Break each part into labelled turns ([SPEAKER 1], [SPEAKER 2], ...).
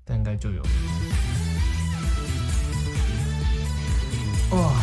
[SPEAKER 1] 但应该就有。哇！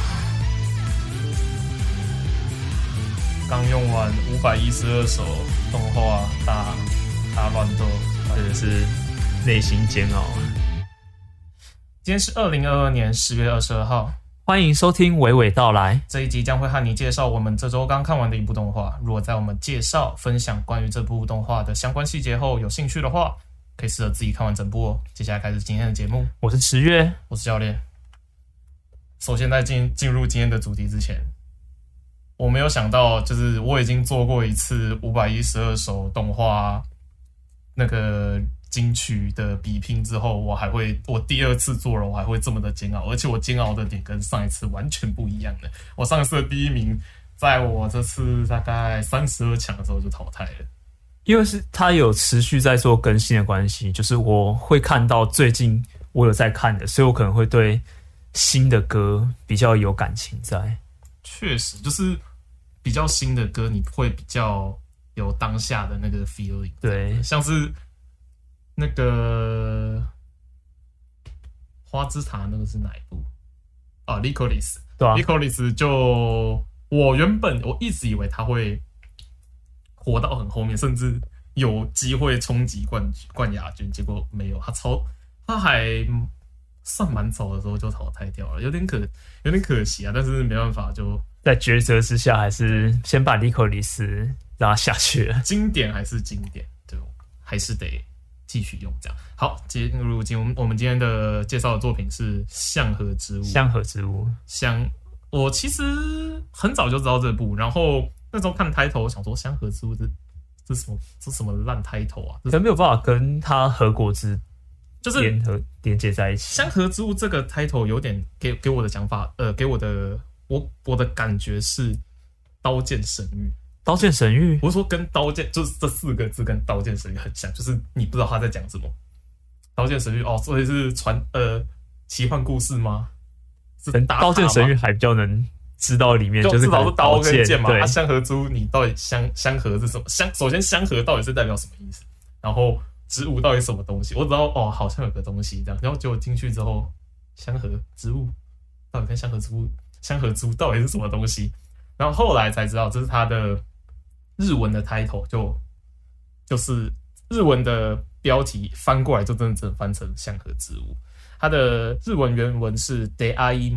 [SPEAKER 1] 刚用完512首动画大乱斗，
[SPEAKER 2] 真的是内心煎熬。
[SPEAKER 1] 今天是2022年10月22号，
[SPEAKER 2] 欢迎收听娓娓道来。
[SPEAKER 1] 这一集将会和你介绍我们这周刚看完的一部动画。如果在我们介绍、分享关于这部动画的相关细节后有兴趣的话，可以试着自己看完整部哦。接下来开始今天的节目，
[SPEAKER 2] 我是10月，
[SPEAKER 1] 我是教练。首先在进入今天的主题之前，我没有想到，就是我已经做过一次512首动画那个金曲的比拼之后，我第二次做了，我还会这么的煎熬，而且我煎熬的点跟上一次完全不一样的。我上一次的第一名，在我这次大概32强的时候就淘汰了。
[SPEAKER 2] 因为是他有持续在做更新的关系，就是我会看到最近我有在看的，所以我可能会对新的歌比较有感情在。
[SPEAKER 1] 确实，就是比较新的歌，你会比较有当下的那个 feeling。
[SPEAKER 2] 对，
[SPEAKER 1] 像是那个花之塔那个是哪一部啊 ？Licorice，
[SPEAKER 2] 对啊
[SPEAKER 1] ，Licorice 就我一直以为他会活到很后面，甚至有机会冲击冠亚军，结果没有，他还算蛮早的时候就淘汰掉了，有点可惜啊，但是没办法，就
[SPEAKER 2] 在抉择之下，还是先把利口里斯让他下去了。
[SPEAKER 1] 经典还是经典，对，还是得继续用这样。好，进入我们今天的介绍的作品是《向河之物》。
[SPEAKER 2] 向河之物，
[SPEAKER 1] 我其实很早就知道这部，然后那时候看title，我想说《向河之物》这什么烂title啊？
[SPEAKER 2] 可能没有办法跟他和果子
[SPEAKER 1] 就是
[SPEAKER 2] 连接在一起。
[SPEAKER 1] 向河之物这个 title 有点给我的讲法，给我的感觉是刀剑神域。
[SPEAKER 2] 刀剑神域，
[SPEAKER 1] 我是说跟刀剑，就是这4个字跟刀剑神域很像，就是你不知道他在讲什么。刀剑神域哦，所以是奇幻故事吗？是
[SPEAKER 2] 刀剑神域还比较能知道里面就是
[SPEAKER 1] 至少是刀跟剑嘛。
[SPEAKER 2] 对，
[SPEAKER 1] 香河之物你到底香河是什么？首先香河到底是代表什么意思？然后植物到底是什么东西？我只知道哦，好像有个东西这样。然后结果进去之后，香河植物到底跟香河之物到底是什么东西？然后后来才知道，这是他的日文的 title， 就是日文的标题翻过来就真的翻成向河之物。它的日文原文是 Dai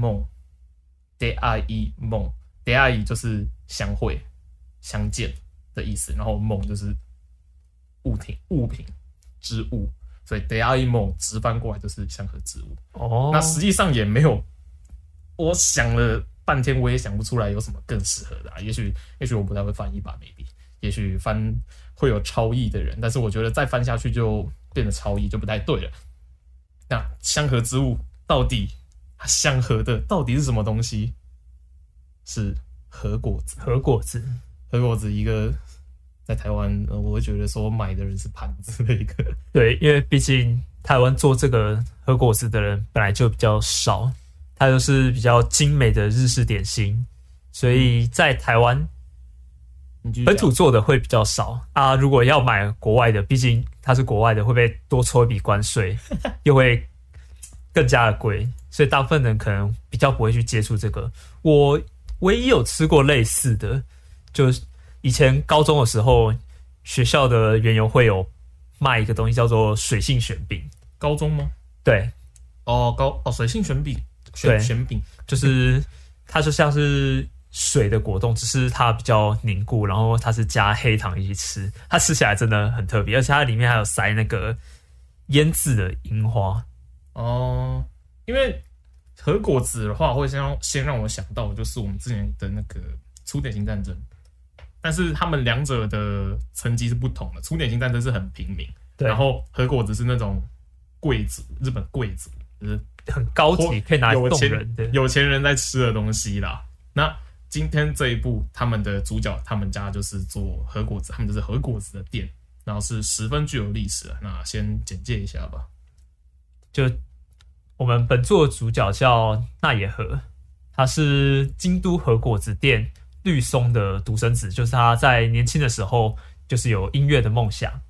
[SPEAKER 1] Mon，Dai 就是相会、相见的意思，然后梦就是物品之物，所以 Dai Mon 直翻过来就是向河之物。
[SPEAKER 2] 哦，
[SPEAKER 1] 那实际上也没有，我想了半天，我也想不出来有什么更适合的啊。也许我不太会翻译吧 ，maybe， 也许翻会有超译的人，但是我觉得再翻下去就变得超译就不太对了。那香河之物到底香河的到底是什么东西？是和果子。和果子一个在台湾，我会觉得说买的人是盘子的一个。
[SPEAKER 2] 对，因为毕竟台湾做这个和果子的人本来就比较少。它就是比较精美的日式点心，所以在台湾本土做的会比较少啊。如果要买国外的，毕竟它是国外的，会被多抽一笔关税，又会更加的贵，所以大部分人可能比较不会去接触这个。我唯一有吃过类似的，就是以前高中的时候，学校的园游会有卖一个东西叫做水性旋饼。
[SPEAKER 1] 高中吗？
[SPEAKER 2] 对，
[SPEAKER 1] 水性旋饼。旋饼
[SPEAKER 2] 就是它就像是水的果冻，只是它比较凝固，然后它是加黑糖一起吃，它吃起来真的很特别，而且它里面还有塞那个腌制的樱花。
[SPEAKER 1] 哦，因为和果子的话，会先让我想到就是我们之前的那个粗点心战争，但是他们两者的层级是不同的。粗点心战争是很平民，然后和果子是那种贵族，日本贵族，就是
[SPEAKER 2] 很高级，可以拿来动人的
[SPEAKER 1] 有钱人在吃的东西啦。那今天这一部，他们的主角他们家就是做和果子，他们就是和果子的店，然后是十分具有历史的。那先简介一下吧。
[SPEAKER 2] 就我们本作的主角叫那野和，他是京都和果子店绿松的独生子，就是他在年轻的时候就是有音乐的梦想。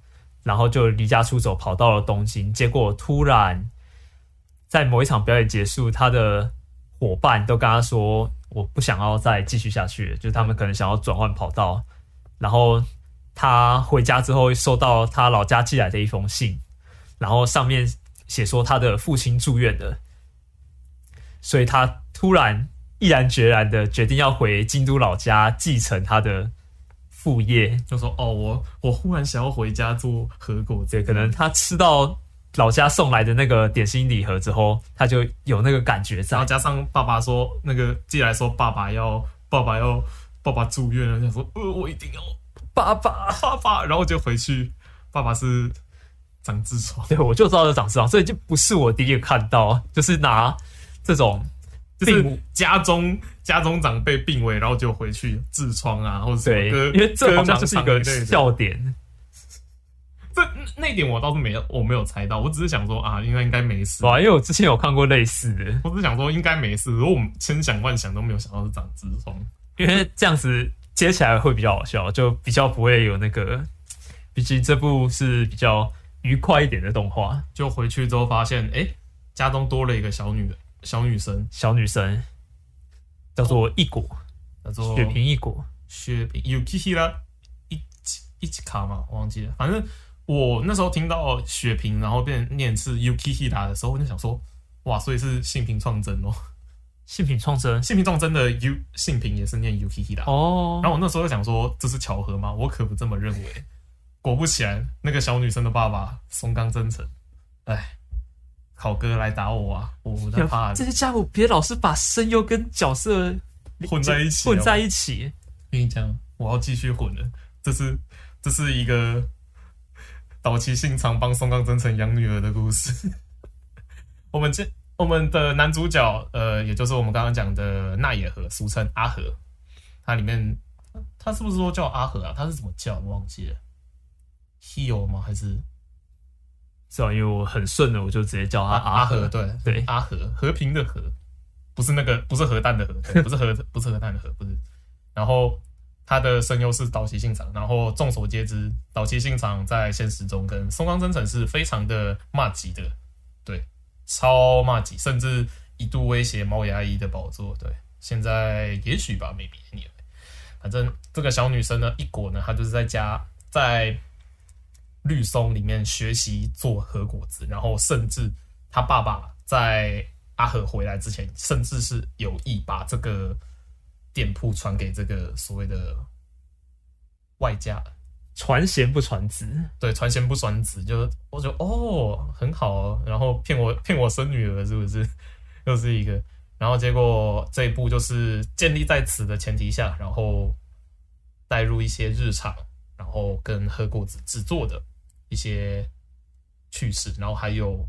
[SPEAKER 2] 然后就离家出走，跑到了东京。结果突然在某一场表演结束，他的伙伴都跟他说：“我不想要再继续下去了。”就是他们可能想要转换跑道。然后他回家之后，收到他老家寄来的一封信，然后上面写说他的父亲住院了，所以他突然毅然决然的决定要回京都老家继承他的副业，
[SPEAKER 1] 就说我忽然想要回家做和果子。
[SPEAKER 2] 对，可能他吃到老家送来的那个点心礼盒之后，他就有那个感觉在。
[SPEAKER 1] 然后加上爸爸说那个寄来说爸爸住院了，想说我一定要爸爸，然后就回去，爸爸是长痔疮。
[SPEAKER 2] 对，我就知道是长痔疮，所以就不是我第一个看到，就是拿这种。
[SPEAKER 1] 就是家中长辈病危，然后就回去痔疮啊，或者
[SPEAKER 2] 对，因为这好像就是一个笑点。
[SPEAKER 1] 那一点我倒是没有猜到，我只是想说啊，应该没事。
[SPEAKER 2] 哇，因为我之前有看过类似的，
[SPEAKER 1] 我只是想说应该没事，如果我们千想万想都没有想到是长痔疮，
[SPEAKER 2] 因为这样子接起来会比较好笑，就比较不会有那个，毕竟这部是比较愉快一点的动画。
[SPEAKER 1] 就回去之后发现，家中多了一个小女生
[SPEAKER 2] 叫做一果，
[SPEAKER 1] 叫做
[SPEAKER 2] 雪平一果，
[SPEAKER 1] 雪平 Yukihira 一起卡嘛，我忘记了。反正我那时候听到雪平，然后变念是 Yukihira 的时候，我就想说，哇，所以是性平创真哦。
[SPEAKER 2] 性平创真
[SPEAKER 1] 的性平也是念 Yukihira
[SPEAKER 2] 哦。
[SPEAKER 1] 然后我那时候就想说，这是巧合吗？我可不这么认为。果不其然，那个小女生的爸爸松冈真诚，考哥来打我啊！我在怕
[SPEAKER 2] 这些家伙别老是把声优跟角色
[SPEAKER 1] 混在一
[SPEAKER 2] 起。
[SPEAKER 1] 跟你讲，我要继续混了。这是一个岛崎信长帮松冈真诚养女儿的故事。我们的男主角也就是我们刚刚讲的奈野和，俗称阿和。他里面他是不是说叫阿和啊？他是怎么叫？我忘记了。Hio 吗？还是？
[SPEAKER 2] 是啊，因为我很顺的，我就直接叫他阿和。
[SPEAKER 1] 对，阿和，和平的和，不是核弹的和，不是核弹的和，不是。然后他的声优是岛崎信长，然后众所皆知，岛崎信长在现实中跟松冈真诚是非常的麻吉的，对，超麻吉，甚至一度威胁猫牙医的宝座。对，现在也许吧 ，maybe anyway， 反正这个小女生呢，一果呢，她就是在绿松里面学习做和果子，然后甚至他爸爸在阿和回来之前，甚至是有意把这个店铺传给这个所谓的外家，
[SPEAKER 2] 传贤不传子。
[SPEAKER 1] 对，传贤不传子，就我觉得很好哦，然后骗我生女儿是不是？又是一个，然后结果这一部就是建立在此的前提下，然后带入一些日常，然后跟和果子制作的一些趣事，然后还有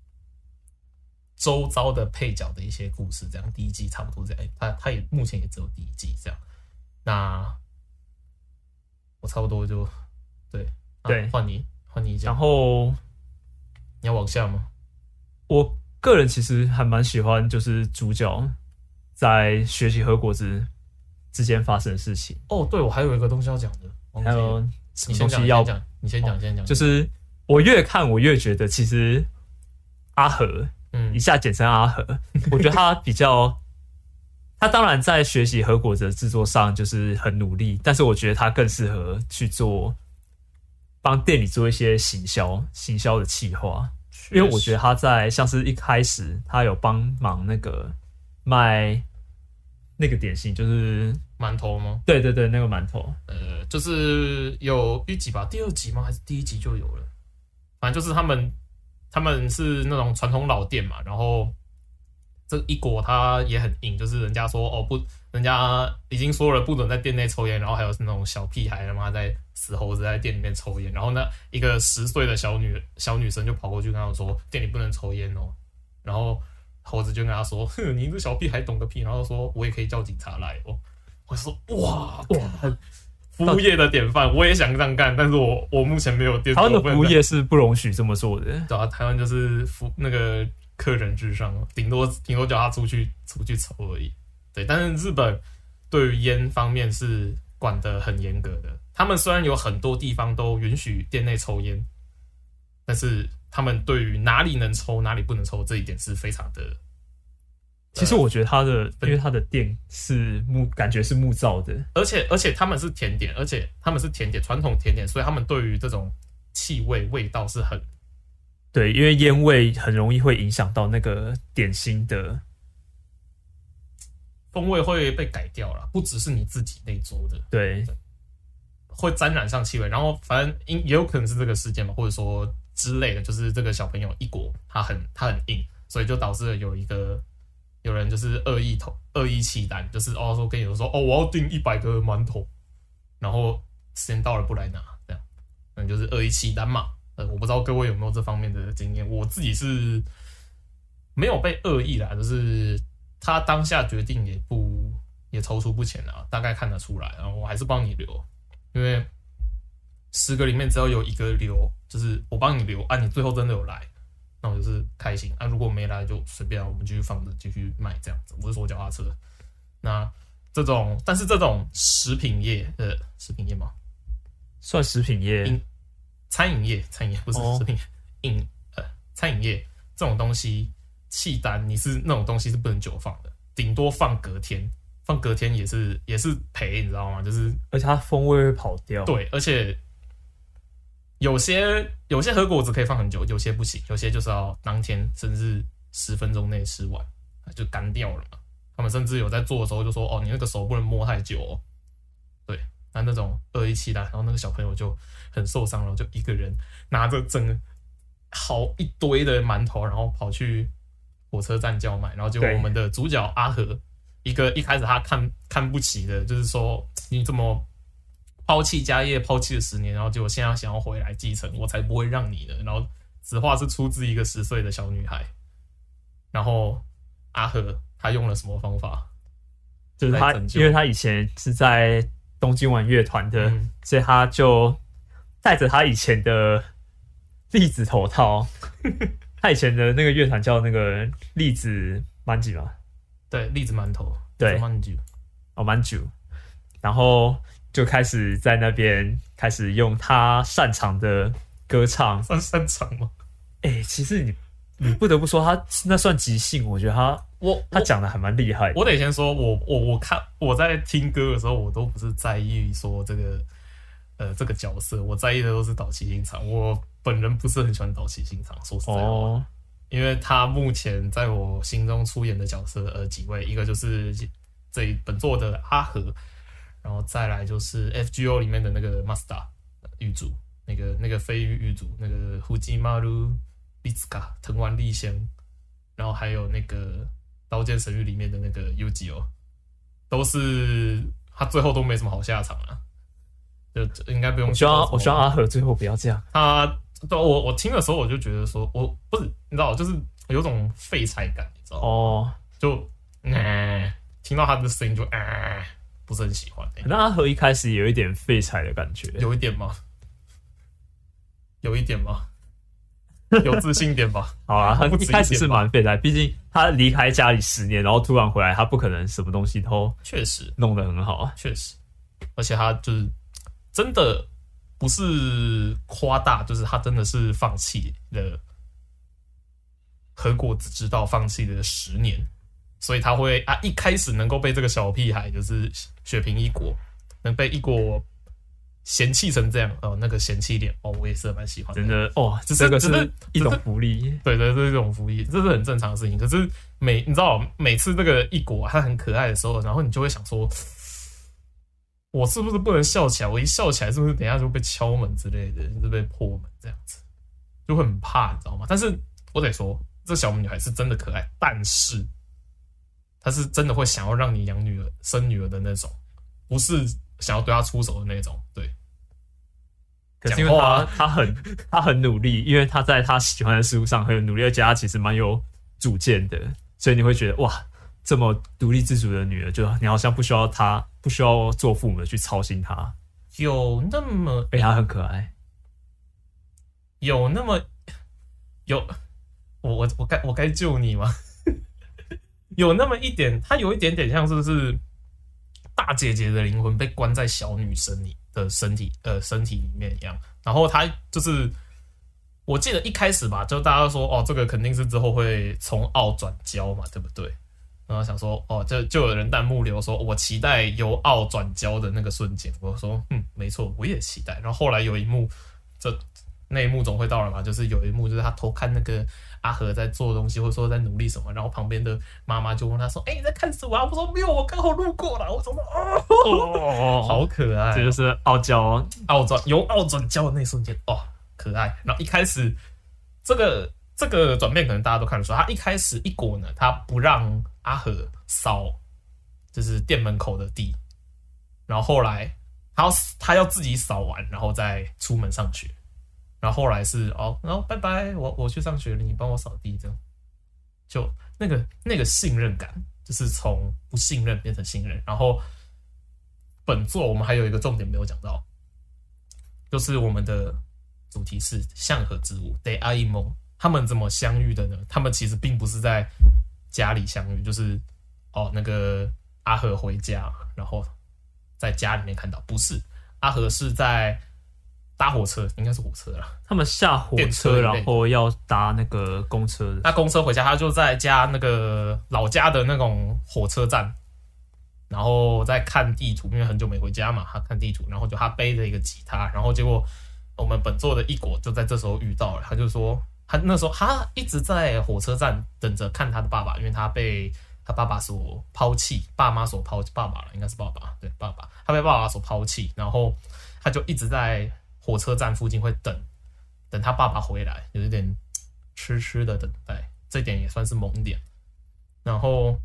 [SPEAKER 1] 周遭的配角的一些故事，这样第一季差不多这样。他也目前也只有第一季这样。那我差不多就对，换你讲。
[SPEAKER 2] 然后
[SPEAKER 1] 你要往下吗？
[SPEAKER 2] 我个人其实还蛮喜欢，就是主角在学习和果子之间发生的事情。
[SPEAKER 1] 对，我还有一个东西要讲的，
[SPEAKER 2] 还有什么东西
[SPEAKER 1] 要讲？你先讲。
[SPEAKER 2] 就是我越看我越觉得，其实阿和，以下简称阿和，我觉得他比较，他当然在学习和果子的制作上就是很努力，但是我觉得他更适合去帮店里做一些行销的企划，因为我觉得他在像是一开始他有帮忙那个卖那个点心，就是
[SPEAKER 1] 馒头吗？
[SPEAKER 2] 对，那个馒头，
[SPEAKER 1] 就是有一集吧，第二集吗？还是第一集就有了？反正就是他们是那种传统老店嘛，然后这一果他也很硬，就是人家说不，人家已经说了不准在店内抽烟，然后还有那种小屁孩他妈在死猴子在店里面抽烟，然后呢一个10岁的小女生就跑过去跟他说店里不能抽烟哦，然后猴子就跟他说，哼，你这小屁孩懂个屁，然后说我也可以叫警察来哦，我说哇，服务业的典范，我也想这样干，但是我目前没有店。
[SPEAKER 2] 台湾的服务业是不容许这么做的。
[SPEAKER 1] 对啊，台湾就是那个客人至上，顶多叫他出去抽而已。对，但是日本对于烟方面是管得很严格的。他们虽然有很多地方都允许店内抽烟， 但是他们对于哪里能抽哪里不能抽这一点是非常的。
[SPEAKER 2] 其实我觉得因为它的店是感觉是木造的，
[SPEAKER 1] 而且他们是甜点，传统甜点，所以他们对于这种气味道是很
[SPEAKER 2] 对，因为烟味很容易会影响到那个点心的
[SPEAKER 1] 风味会被改掉了，不只是你自己那桌的，
[SPEAKER 2] 对，
[SPEAKER 1] 会沾染上气味，然后反正也有可能是这个事件嘛，或者说之类的，就是这个小朋友一裹他很硬，所以就导致了有人就是恶意弃单，就是说跟有说我要订100个馒头，然后时间到了不来拿，这样可能就是恶意弃单嘛。我不知道各位有没有这方面的经验，我自己是没有被恶意啦，就是他当下决定也踌躇不前啦，大概看得出来，然后我还是帮你留，因为10个里面只要有1个留，就是我帮你留啊，你最后真的有来，那我就是开心啊。如果没来就随便，我们继续放着继续卖这样子。我是说脚踏车，那但是这种食品业吗？
[SPEAKER 2] 算食品业。
[SPEAKER 1] 餐饮业不是食品业，餐饮业这种东西弃单，你是那种东西是不能久放的，顶多放隔天也是赔，你知道吗？就是
[SPEAKER 2] 而且它风味会跑掉。
[SPEAKER 1] 对，而且有些和果子可以放很久，有些不行，有些就是要当天甚至10分钟内吃完就干掉了嘛。他们甚至有在做的时候就说你那个手不能摸太久哦。对，那种恶意弃单，然后那个小朋友就很受伤了，就一个人拿着好一堆的馒头，然后跑去火车站叫卖，然后结果我们的主角阿和，一开始他看不起的，就是说你怎么抛弃家业，抛弃了10年，然后结果现在想要回来继承，我才不会让你的。然后此话是出自一个10岁的小女孩，然后阿和他用了什么方法？
[SPEAKER 2] 就是因为他以前是在东京玩乐团的，所以他就戴着他以前的栗子头套，他以前的那个乐团叫那个栗子满酒嘛，
[SPEAKER 1] 对，栗子馒头，
[SPEAKER 2] 对，
[SPEAKER 1] 满酒，
[SPEAKER 2] 满酒，然后就开始在那边开始用他擅长的歌唱，
[SPEAKER 1] 算擅长吗？
[SPEAKER 2] 其实你不得不说他那算即兴，我觉得他讲的还蛮厉害的。
[SPEAKER 1] 我得先说，我在听歌的时候，我都不是在意说这个角色，我在意的都是岛崎幸常。我本人不是很喜欢岛崎幸常，说实在话，因为他目前在我心中出演的角色几位，一个就是本作的阿和，然后再来就是 FGO 里面的那个 Master 狱主，那个非狱主，那个Fujimaru Litsuka 藤丸丽香，然后还有那个刀剑神域里面的那个 Yuji 都是他最后都没什么好下场啊，就应该不用。
[SPEAKER 2] 我希望阿和最后不要这样。
[SPEAKER 1] 我听的时候我就觉得说，我不是你知道，就是有种废柴感，你知道吗？就听到他的声音就不是很喜欢。
[SPEAKER 2] 那阿和一开始有一点废柴的感觉，
[SPEAKER 1] 有一点吗？有一点吗？有自信点吧。
[SPEAKER 2] 好啊，他一开始是蛮废柴，毕竟他离开家里10年，然后突然回来，他不可能什么东西都
[SPEAKER 1] 确实
[SPEAKER 2] 弄得很好啊。
[SPEAKER 1] 确实，而且他就是真的不是夸大，就是他真的是放弃了和果子之道，放弃了10年，所以他会一开始能够被这个小屁孩就是雪平一国，能被一国嫌弃成这样那个嫌弃脸我也是蛮喜欢的，
[SPEAKER 2] 真的这个是一种福利，
[SPEAKER 1] 对，这是一种福利，这是很正常的事情。可是你知道每次这个一国他很可爱的时候，然后你就会想说，我是不是不能笑起来？我一笑起来是不是等一下就被敲门之类的，就被破门这样子，就会很怕，你知道吗？但是我得说，这小女孩是真的可爱，但是她是真的会想要让你养女儿、生女儿的那种，不是想要对她出手的那种。对，
[SPEAKER 2] 可是因为她很努力，因为她在她喜欢的事物上很有努力，而且她其实蛮有主见的，所以你会觉得哇，这么独立自主的女儿，就你好像不需要做父母的去操心她，
[SPEAKER 1] 有那么，
[SPEAKER 2] 她很可爱，
[SPEAKER 1] 有那么我该救你吗？有那么一点，她有一点点像是大姐姐的灵魂被关在小女生的身体里面一样，然后她就是我记得一开始吧，就大家都说这个肯定是之后会从澳转交嘛，对不对？然后想说就有人弹幕留说，我期待由澳转交的那个瞬间。我说没错，我也期待。然后后来有一幕，那一幕总会到了嘛，就是有一幕就是他偷看那个阿和在做东西，或者说在努力什么，然后旁边的妈妈就问他说：“你在看什么啊？”我说：“没有，我刚好路过了。”我说：“好可爱。”
[SPEAKER 2] 这就是傲娇，
[SPEAKER 1] 由澳转交的那一瞬间，可爱。然后一开始这个转变可能大家都看得出，他一开始一国呢，他不让阿和扫就是店门口的地，然后后来他要自己扫完，然后再出门上学。然后后来是然后拜拜，我去上学了，你帮我扫地，这样就那个信任感，就是从不信任变成信任。然后本作我们还有一个重点没有讲到，就是我们的主题是向和之物 Day I Mon， 他们怎么相遇的呢？他们其实并不是在家里相遇，就是那个阿和回家，然后在家里面看到，不是，阿和是在搭火车，应该是火车啦。
[SPEAKER 2] 他们下火车，然后要搭那个公车。
[SPEAKER 1] 那公车回家，他就在家那个老家的那种火车站，然后在看地图，因为很久没回家嘛，他看地图，然后就他背着一个吉他，然后结果我们本作的一国就在这时候遇到了，他就说他那时候他一直在火车站等着看他的爸爸，因为他被他爸爸所抛弃，爸妈所抛弃，爸爸了，应该是爸爸，对，爸爸，他被爸爸所抛弃，然后他就一直在火车站附近会等他爸爸回来，有一点痴的等待，这点也算是萌点。然后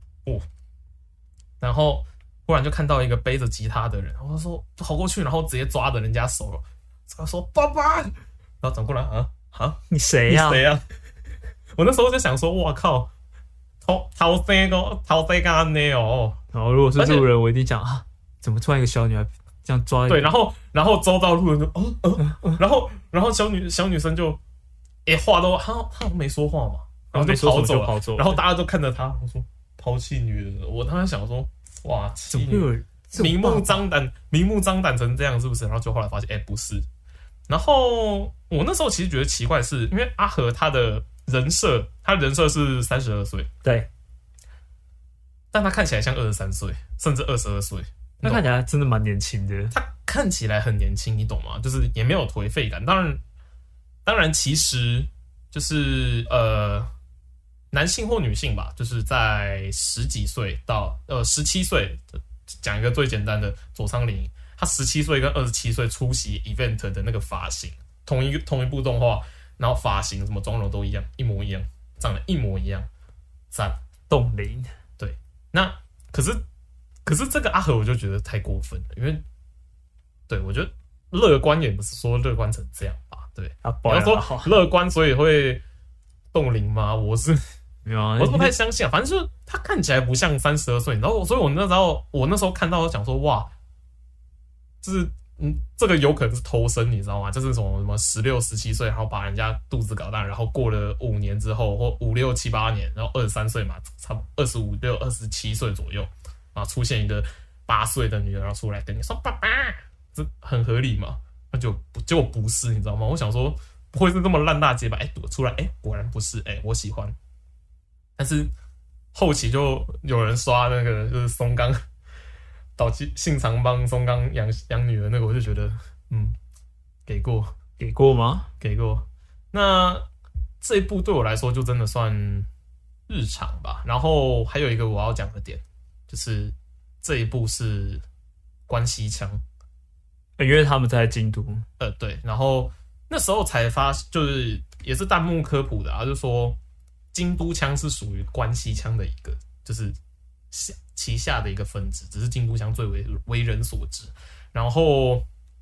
[SPEAKER 1] 然后忽然就看到一个背着吉他的人，我就说跑过去，然后直接抓着人家手，他说爸爸，然后转过来
[SPEAKER 2] 你谁呀？
[SPEAKER 1] 我那时候就想说，哇靠，偷飞干呢哦。
[SPEAKER 2] 然后如果是路人，我一定讲怎么突然一个小女孩这样抓？
[SPEAKER 1] 对，然后周遭路人就然后小女生就话都她没说话嘛，然后就跑走，然后大家都看着她，我说抛弃女人，我当时想说，哇，
[SPEAKER 2] 怎么会有
[SPEAKER 1] 明目张胆成这样是不是？然后就后来发现不是。然后我那时候其实觉得奇怪的是，因为阿和他的人设是32岁，
[SPEAKER 2] 对，
[SPEAKER 1] 但他看起来像23岁，甚至22岁，
[SPEAKER 2] 他看起来真的蛮年轻的。
[SPEAKER 1] 他看起来很年轻，你懂吗？就是也没有颓废感。当然，其实就是男性或女性吧，就是在10几岁到17岁，讲一个最简单的，佐仓绫，他17岁跟27岁出席 event 的那个发型，同一部动画，然后发型什么妆容都一样，一模一样，长得一模一样，赞
[SPEAKER 2] 冻龄。
[SPEAKER 1] 对，那可是这个阿和我就觉得太过分了，因为对我觉得乐观也不是说乐观成这样吧，对，你要说乐观所以会冻龄吗？我是不太相信啊，反正就是他看起来不像32岁，然后所以我那时候看到想说哇，就是这个有可能是偷生，你知道吗？就是什么16、17岁，然后把人家肚子搞大，然后过了5年之后，或5、6、7、8年，然后23岁嘛，差不多25、6、27岁左右啊，出现一个8岁的女儿，然后出来跟你说爸爸，这很合理嘛？那结果不是，你知道吗？我想说不会是这么烂大街吧？出来果然不是，我喜欢。但是后期就有人刷那个就是松冈岛信长帮松冈养女儿那个，我就觉得给过
[SPEAKER 2] 吗？
[SPEAKER 1] 给过。那这一部对我来说就真的算日常吧。然后还有一个我要讲的点，就是这一部是关西腔，
[SPEAKER 2] 因为他们在京都。
[SPEAKER 1] 对。然后那时候才就是也是弹幕科普的就说京都腔是属于关西腔的一个，就是旗下的一个分支，只是京都腔最为人所知。然后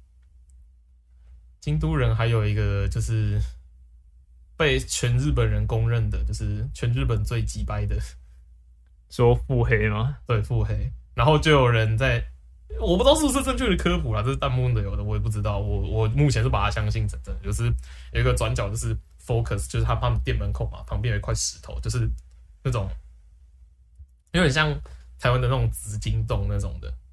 [SPEAKER 1] 京都人还有一个就是被全日本人公认的，就是全日本最鸡掰的，
[SPEAKER 2] 说腹黑吗？
[SPEAKER 1] 对，腹黑。然后就有人我不知道是不是正确的科普啦，这是弹幕的有的，我也不知道。我目前是把它相信成真的，就是有一个转角就是 focus， 就是他们店门口嘛，旁边有一块石头，就是那种有点像台湾的那种紫金洞那种的，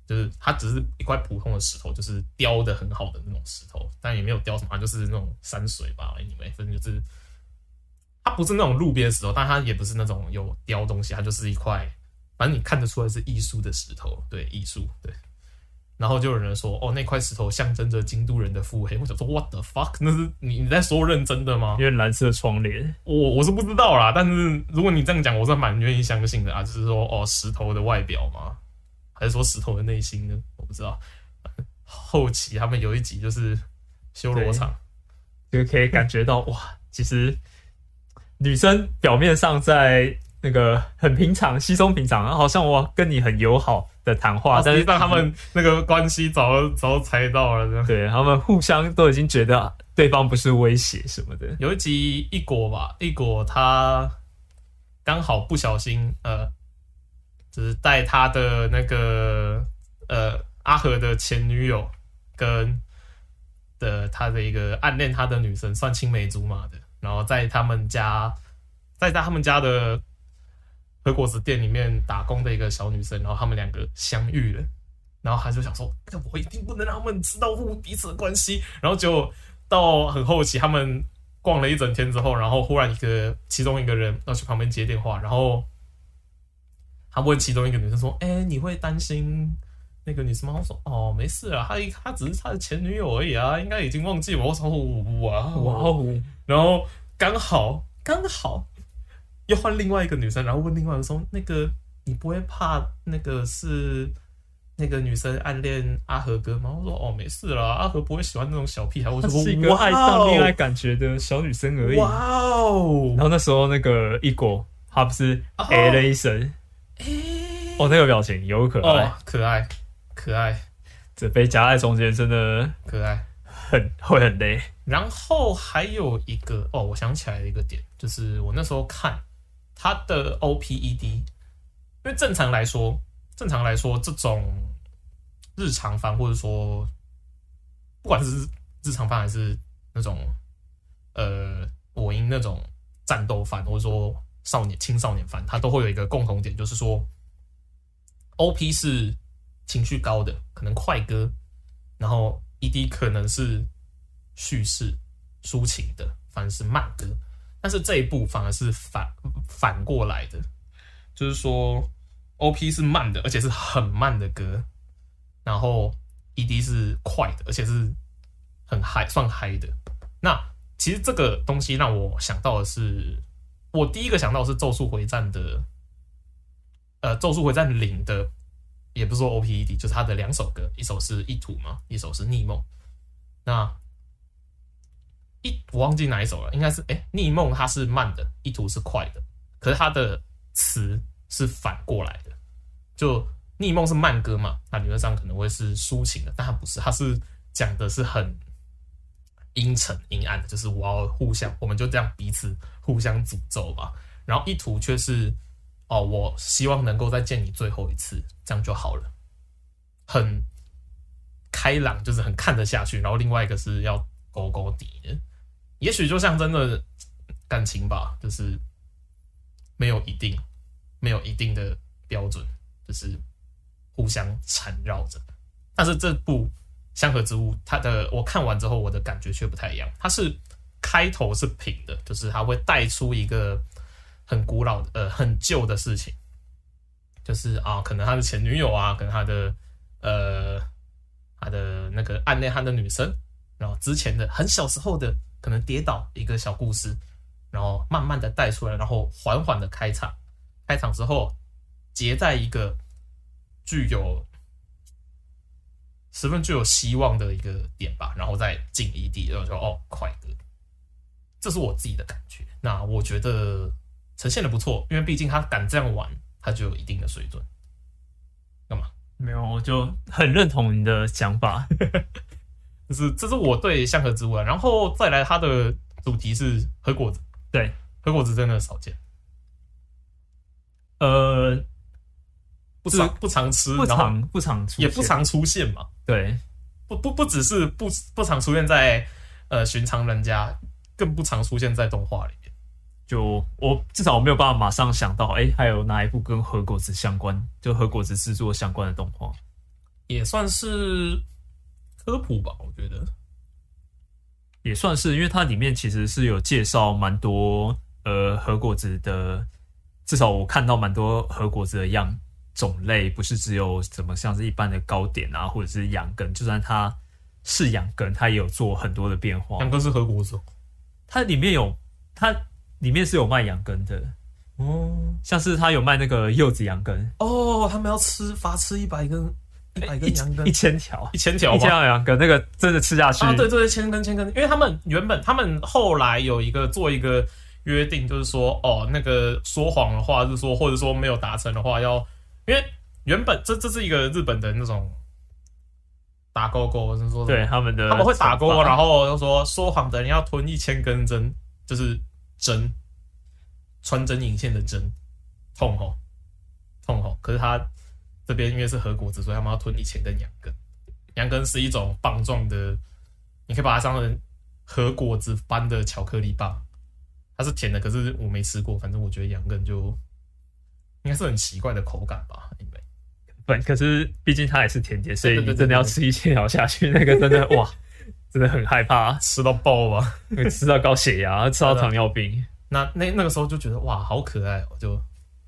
[SPEAKER 1] 就是它只是一块普通的石头，就是雕的很好的那种石头，但也没有雕什么，它就是那种山水吧。anyway， 反正就是它不是那种路边的石头，但它也不是那种有雕东西，它就是一块，反正你看得出来是艺术的石头，对，艺术，对。然后就有人说，哦，那块石头象征着京都人的腹黑。我想说 ，What the fuck？ 那是你在说认真的吗？
[SPEAKER 2] 因为蓝色窗帘，
[SPEAKER 1] 我是不知道啦。但是如果你这样讲，我是蛮愿意相信的啊。就是说，哦，石头的外表吗？还是说石头的内心呢？我不知道。后期他们有一集就是修罗场，
[SPEAKER 2] 就可以感觉到哇，其实女生表面上在那个很平常、稀松平常，好像我跟你很友好的谈话，但是
[SPEAKER 1] 实际上他们那个关系早猜到了，
[SPEAKER 2] 对，他们互相都已经觉得对方不是威胁什么的。
[SPEAKER 1] 有一集一果吧，一果他刚好不小心就是带他的那个阿和的前女友跟他的一个暗恋他的女生，算青梅竹马的，然后在他们家的和果子店里面打工的一个小女生，然后他们两个相遇了，然后他就想说，我一定不能让他们知道彼此的关系，然后就到很后期，他们逛了一整天之后，然后忽然其中一个人要去旁边接电话，然后他问其中一个女生说，你会担心那个女生吗？我说，哦，没事啊，他只是他的前女友而已啊，应该已经忘记我。我说，哇哦，然后刚好又换另外一个女生，然后问另外一个说，那个你不会怕那个是那个女生暗恋阿和哥吗？我说，哦，没事啦，阿和不会喜欢那种小屁孩。我说，
[SPEAKER 2] 是一个爱上恋爱感觉的小女生而已。
[SPEAKER 1] 哇哦！
[SPEAKER 2] 然后那时候那个一果他不是了一声，哦，那个表情有可爱，
[SPEAKER 1] 哦，可爱，
[SPEAKER 2] 这被夹在中间真的
[SPEAKER 1] 可爱，
[SPEAKER 2] 会很累。
[SPEAKER 1] 然后还有一个我想起来的一个点，就是我那时候看他的 OPED， 因为正常来说这种日常番，或者说不管是日常番还是那种我音那种战斗番，或者说青少年番，它都会有一个共同点，就是说 OP 是情绪高的，可能快歌，然后 ED 可能是叙事抒情的，反而是慢歌。但是这一部反而是反过来的，就是说 OP 是慢的，而且是很慢的歌，然后 ED 是快的，而且是很嗨，算嗨的。那其实这个东西让我想到的是，我第一个想到的是《咒术回战》的，《咒术回战0》的，也不是说 OPED， 就是它的2首歌，一首是意图嘛，一首是逆梦。那我忘记哪一首了，应该是逆梦它是慢的，意图是快的，可是它的词是反过来的，就逆梦是慢歌嘛，那理论上可能会是抒情的，但它不是，它是讲的是很阴沉阴暗的，就是我们就这样彼此互相诅咒吧。然后意图却是我希望能够再见你最后一次，这样就好了，很开朗，就是很看得下去。然后另外一个是要勾勾底的，也许就像真的感情吧，就是没有一定的标准，就是互相缠绕着。但是这部《香河之屋》我看完之后，我的感觉却不太一样。它是开头是平的，就是它会带出一个很古老的很旧的事情，就是可能他的前女友啊，可能他的那个暗恋他的女生，然后之前的很小时候的可能跌倒一个小故事，然后慢慢的带出来，然后缓缓的开场之后结在一个十分具有希望的一个点吧，然后再进ED，然后就快歌，这是我自己的感觉。那我觉得呈现的不错，因为毕竟他敢这样玩，他就有一定的水准。干嘛？
[SPEAKER 2] 没有，我就很认同你的想法。
[SPEAKER 1] 这是我对香河之屋，然后再来它的主题是和果子，
[SPEAKER 2] 对，
[SPEAKER 1] 和果子真的少见，不常吃，
[SPEAKER 2] 不常出现，
[SPEAKER 1] 也不常出现嘛。
[SPEAKER 2] 对，
[SPEAKER 1] 不只是不常出现在寻常人家，更不常出现在动画里面。
[SPEAKER 2] 就至少我没有办法马上想到，还有哪一部跟和果子相关，就和果子制作相关的动画？
[SPEAKER 1] 也算是科普吧，我觉得
[SPEAKER 2] 也算是，因为它里面其实是有介绍蛮多和果子的，至少我看到蛮多和果子的种类，不是只有怎么像是一般的糕点啊，或者是羊羹，就算它是羊羹，它也有做很多的变化。
[SPEAKER 1] 羊羹是和果子，
[SPEAKER 2] 它里面是有卖羊羹的哦，像是它有卖那个柚子羊羹
[SPEAKER 1] 哦，他们要罚吃100根羊羹
[SPEAKER 2] ，1000条
[SPEAKER 1] ，1000条
[SPEAKER 2] 羊羹，那个真的吃下去
[SPEAKER 1] 啊，对对，千根，因为他们后来做一个约定，就是说那个说谎的话，就是说或者说没有达成的话，因为原本这是一个日本的那种打勾勾，就是说
[SPEAKER 2] 对他们
[SPEAKER 1] 会打勾勾，然后就说谎的人要吞1000根针，就是针穿针引线的针，痛吼。可是他这边因为是和果子，所以他们要吞1000根羊羹。羊羹是一种棒状的，你可以把它当成和果子般的巧克力棒，它是甜的，可是我没吃过，反正我觉得羊羹就应该是很奇怪的口感吧，因为
[SPEAKER 2] 可是毕竟它也是甜点，所以你真的要吃1000条下去，那个真的哇，真的很害怕，
[SPEAKER 1] 吃到爆吧，
[SPEAKER 2] 吃到高血压，吃到糖尿病。
[SPEAKER 1] 那个时候就觉得哇，好可爱哦，就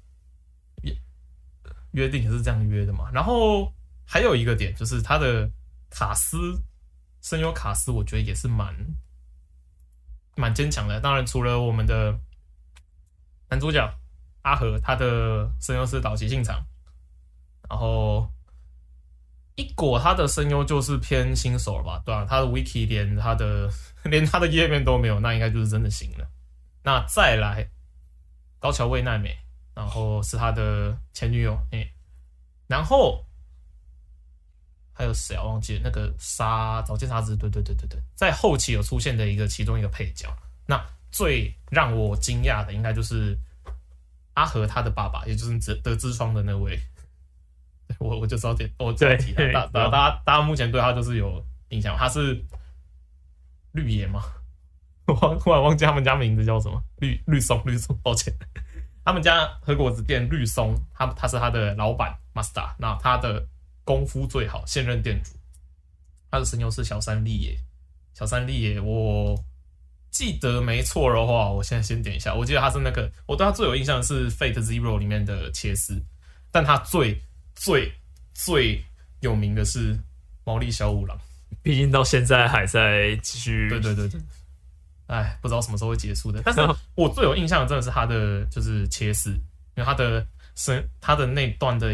[SPEAKER 1] 约定也是这样约的嘛。然后还有一个点就是它的声优卡斯，我觉得也是蛮坚强的。当然，除了我们的男主角阿和，他的声优是岛崎幸长，然后一果他的声优就是偏新手了吧？对啊，他的 wiki 连他的页面都没有，那应该就是真的行了。那再来高桥未奈美，然后是他的前女友，然后还有谁啊？忘记了，那个早见沙织，对，在后期有出现的其中一个配角。那最让我惊讶的，应该就是阿和他的爸爸，也就是得痔疮的那位。我就知道我这提他，大家目前对他就是有印象，他是绿野吗？我忽然忘记他们家名字叫什么，绿松，抱歉。他们家和果子店绿松，他是他的老板 Master， 那他的功夫最好，现任店主，他的声优是小山丽野，我记得没错的话，我现在先点一下，我记得他是那个，我对他最有印象的是 Fate Zero 里面的切丝，但他最有名的是毛利小五郎，
[SPEAKER 2] 毕竟到现在还在继续。
[SPEAKER 1] 对。哎，不知道什么时候会结束的。但是我最有印象的真的是他的就是切丝，因为他的那段的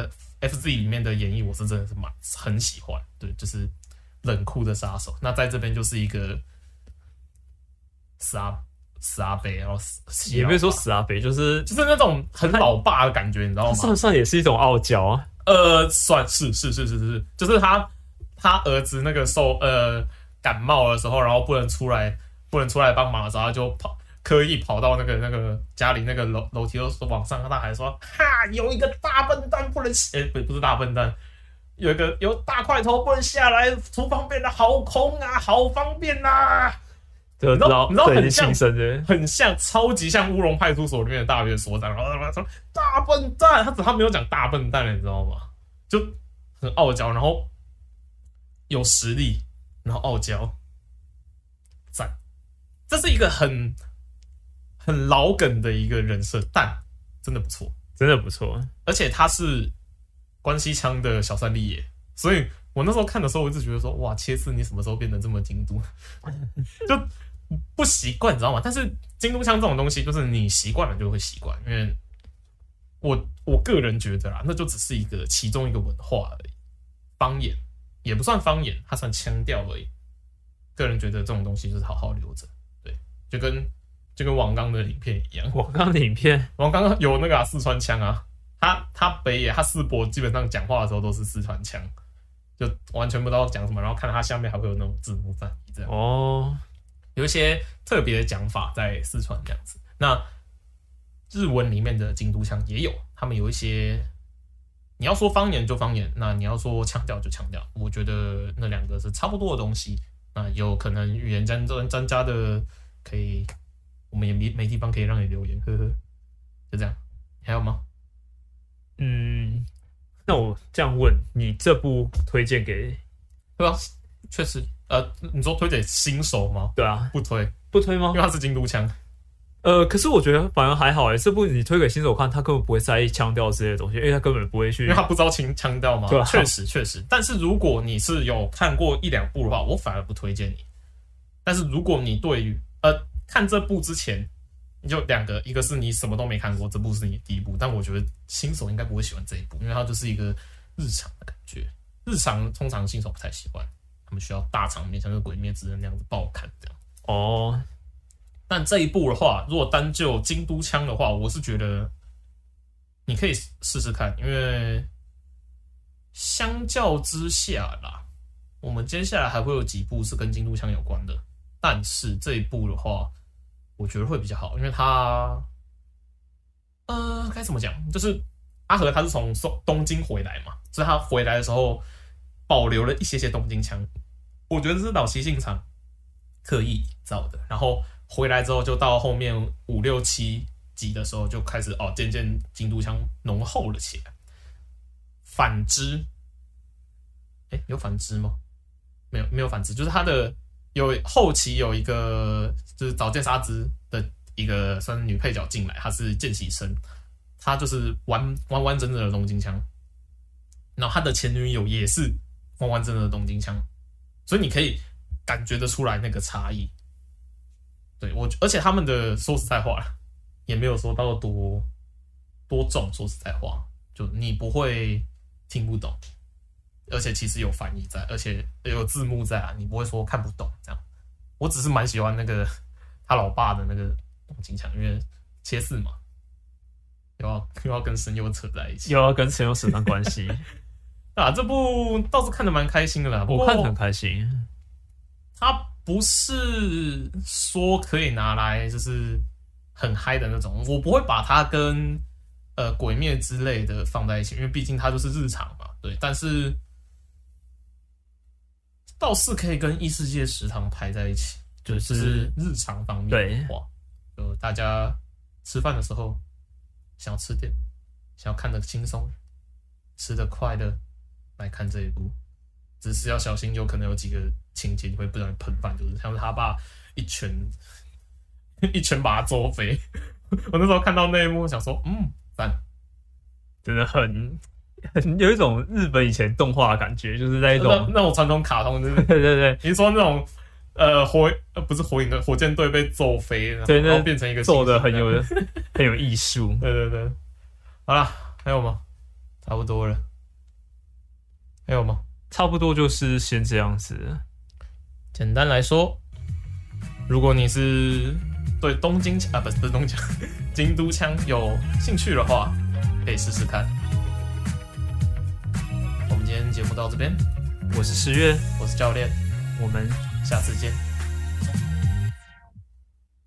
[SPEAKER 1] FZ 里面的演绎，我是真的是很喜欢。对，就是冷酷的杀手。那在这边就是一个死阿伯，然后
[SPEAKER 2] 也没有说死阿伯，就是
[SPEAKER 1] 那种很老爸的感觉，你知道吗？
[SPEAKER 2] 算也是一种傲娇啊。
[SPEAKER 1] 算是，就是他儿子那个感冒的时候，然后不能出来帮忙的时候，他就刻意跑到那个家里那个楼梯往上大喊说：“哈，有一个大笨蛋不能不是大笨蛋，有大块头不能下来，厨房变得好空啊，好方便啊！”你知道很像超级像乌龙派出所里面的大约所长，然后他说大笨蛋，他没有讲大笨蛋，你知道吗？就很傲娇，然后有实力，然后傲娇，赞。这是一个很老梗的一个人设，但真的不错，
[SPEAKER 2] 真的不错。
[SPEAKER 1] 而且他是关西腔的小山丽野，所以我那时候看的时候，我一直觉得说，哇，切丝你什么时候变得这么京都？就不习惯，你知道吗？但是京都腔这种东西，就是你习惯了就会习惯，因为我个人觉得啦，那就只是其中一个文化而已，方言也不算方言，它算腔调而已。个人觉得这种东西就是好好留着，对，就跟王刚的影片一样。
[SPEAKER 2] 王刚的影片，
[SPEAKER 1] 王刚有那个四川腔啊，他北野他四博基本上讲话的时候都是四川腔，就完全不知道讲什么，然后看他下面还会有那种字幕翻译这样。
[SPEAKER 2] 哦，
[SPEAKER 1] 有一些特别的讲法在四川这样子。那日文里面的京都腔也有，他们有一些，你要说方言就方言，那你要说腔调就腔调，我觉得那两个是差不多的东西。那有可能语言专家的可以，我们也没地方可以让你留言，呵呵，就这样。还有吗？
[SPEAKER 2] 那我这样问你，这部推荐给
[SPEAKER 1] 对吧？确实，你说推给新手吗？
[SPEAKER 2] 对啊，
[SPEAKER 1] 不推
[SPEAKER 2] 吗？
[SPEAKER 1] 因为它是京都枪。
[SPEAKER 2] 可是我觉得反而还好这部你推给新手看，他根本不会在意腔调之类的东西，因为他根本不会去，
[SPEAKER 1] 因为他不知道腔调嘛。
[SPEAKER 2] 对啊，
[SPEAKER 1] 确实。但是如果你是有看过一两部的话，我反而不推荐你。但是如果你对于看这部之前，你就两个，一个是你什么都没看过，这部是你第一部，但我觉得新手应该不会喜欢这一部，因为它就是一个日常的感觉。日常通常新手不太喜欢，他们需要大场面，像是《鬼灭之刃》那样子爆砍这样。
[SPEAKER 2] 哦。
[SPEAKER 1] 但这一部的话，如果单就京都枪的话，我是觉得你可以试试看，因为相较之下啦，我们接下来还会有几部是跟京都枪有关的，但是这一部的话，我觉得会比较好，因为它该怎么讲，就是阿和他是从东京回来嘛，所以他回来的时候保留了一些东京枪，我觉得是老崎信长刻意营造的，然后回来之后，就到后面5、6、7集的时候，就开始渐渐京都枪浓厚了起来。反之，有反之吗？没有反之，就是他的后期有一个就是早见沙织的一个算是女配角进来，她是见习生，她就是完整的东京枪，然后他的前女友也是完整的东京枪，所以你可以感觉得出来那个差异。对而且他们的说实在话也没有说到多重，说实在话，就你不会听不懂，而且其实有翻译在，而且有字幕在你不会说看不懂这样。我只是蛮喜欢那个他老爸的那个东京枪，因为切四嘛，又要跟声优扯在一起，
[SPEAKER 2] 又要跟声优扯上关系
[SPEAKER 1] 这部倒是看得蛮开心的啦，
[SPEAKER 2] 我看得很开心。
[SPEAKER 1] 它不是说可以拿来就是很嗨的那种，我不会把它跟鬼灭之类的放在一起，因为毕竟它就是日常嘛，对。但是倒是可以跟异世界食堂排在一起，就是日常方面的话，就大家吃饭的时候想要吃点，想要看得轻松、吃得快的来看这一部，只是要小心，有可能有几个情节你会不小心喷饭，就是像是他爸一拳把他揍飞。我那时候看到那一幕，想说，赞，
[SPEAKER 2] 真的很有一种日本以前动画的感觉，就是在一种
[SPEAKER 1] 那种传统卡通，就是
[SPEAKER 2] 对，
[SPEAKER 1] 你说那种不是火影的火箭队被揍飞，然后变成一个
[SPEAKER 2] 揍的很有艺术。
[SPEAKER 1] 对，好啦，还有吗？差不多了，还有吗？
[SPEAKER 2] 差不多就是先这样子。
[SPEAKER 1] 简单来说，如果你是对东京枪不是东京京都枪有兴趣的话，可以试试看。我们今天节目到这边，
[SPEAKER 2] 我是10月，
[SPEAKER 1] 我是教练，
[SPEAKER 2] 我们
[SPEAKER 1] 下次见。